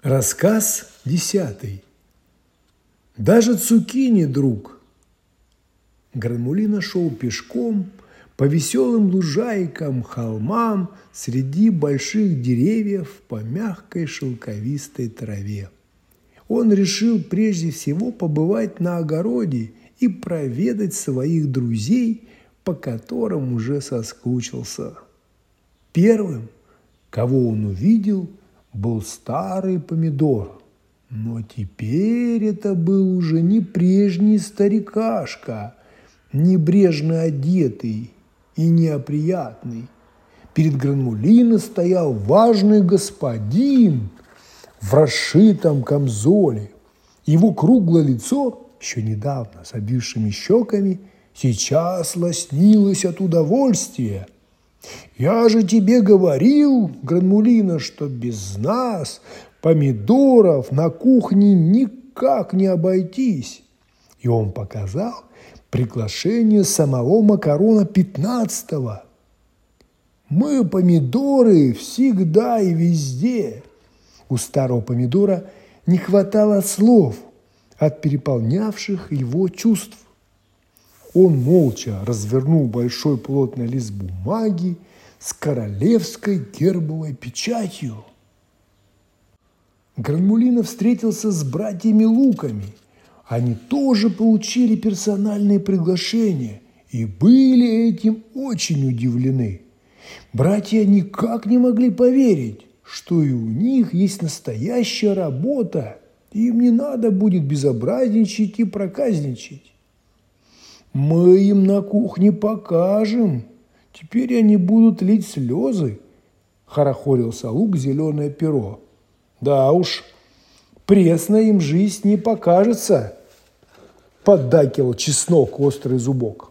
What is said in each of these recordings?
Рассказ 10. Даже цукини друг. Гранмулино шел пешком по веселым лужайкам, холмам, среди больших деревьев по мягкой шелковистой траве. Он решил прежде всего побывать на огороде и проведать своих друзей, по которым уже соскучился. Первым, кого он увидел, был старый помидор. Но теперь это был уже не прежний старикашка, небрежно одетый и неопрятный. Перед Гранмулино стоял важный господин в расшитом камзоле. Его круглое лицо, еще недавно с обвисшими щеками, сейчас лоснилось от удовольствия. «Я же тебе говорил, Гранмулино, что без нас, помидоров, на кухне никак не обойтись». И он показал приглашение самого Макарона 15-го. «Мы, помидоры, всегда и везде». У старого помидора не хватало слов от переполнявших его чувств. Он молча развернул большой плотный лист бумаги с королевской гербовой печатью. Гранмулино встретился с братьями Луками. Они тоже получили персональные приглашения и были этим очень удивлены. Братья никак не могли поверить, что и у них есть настоящая работа, и им не надо будет безобразничать и проказничать. «Мы им на кухне покажем. Теперь они будут лить слезы», – хорохорился Лук зеленое перо. «Да уж, пресно им жизнь не покажется», – поддакивал Чеснок острый зубок.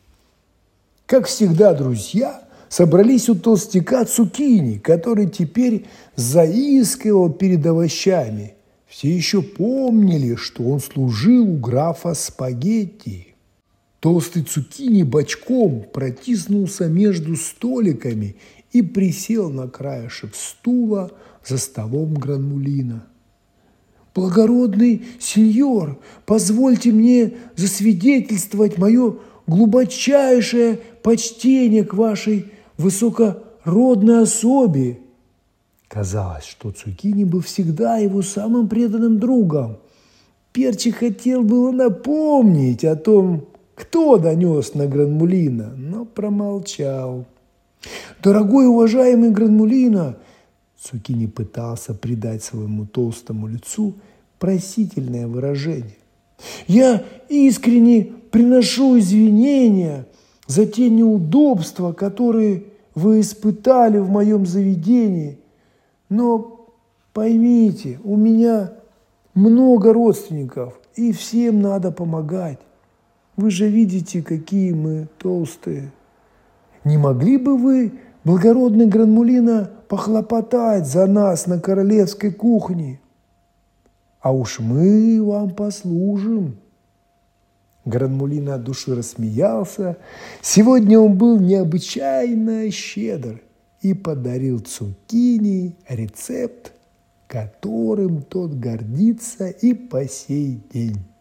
Как всегда, друзья собрались у толстяка Цукини, который теперь заискивал перед овощами. Все еще помнили, что он служил у графа Спагетти. Толстый Цукини бочком протиснулся между столиками и присел на краешек стула за столом Гранмулино. «Благородный сеньор, позвольте мне засвидетельствовать мое глубочайшее почтение к вашей высокородной особе». Казалось, что Цукини был всегда его самым преданным другом. Перчик хотел было напомнить о том, кто донес на Гранмулино, но промолчал. «Дорогой уважаемый Гранмулино!» Цукини пытался придать своему толстому лицу просительное выражение. «Я искренне приношу извинения за те неудобства, которые вы испытали в моем заведении. Но поймите, у меня много родственников, и всем надо помогать. Вы же видите, какие мы толстые. Не могли бы вы, благородный Гранмулино, похлопотать за нас на королевской кухне? А уж мы вам послужим». Гранмулино от души рассмеялся. Сегодня он был необычайно щедр и подарил Цукини рецепт, которым тот гордится и по сей день.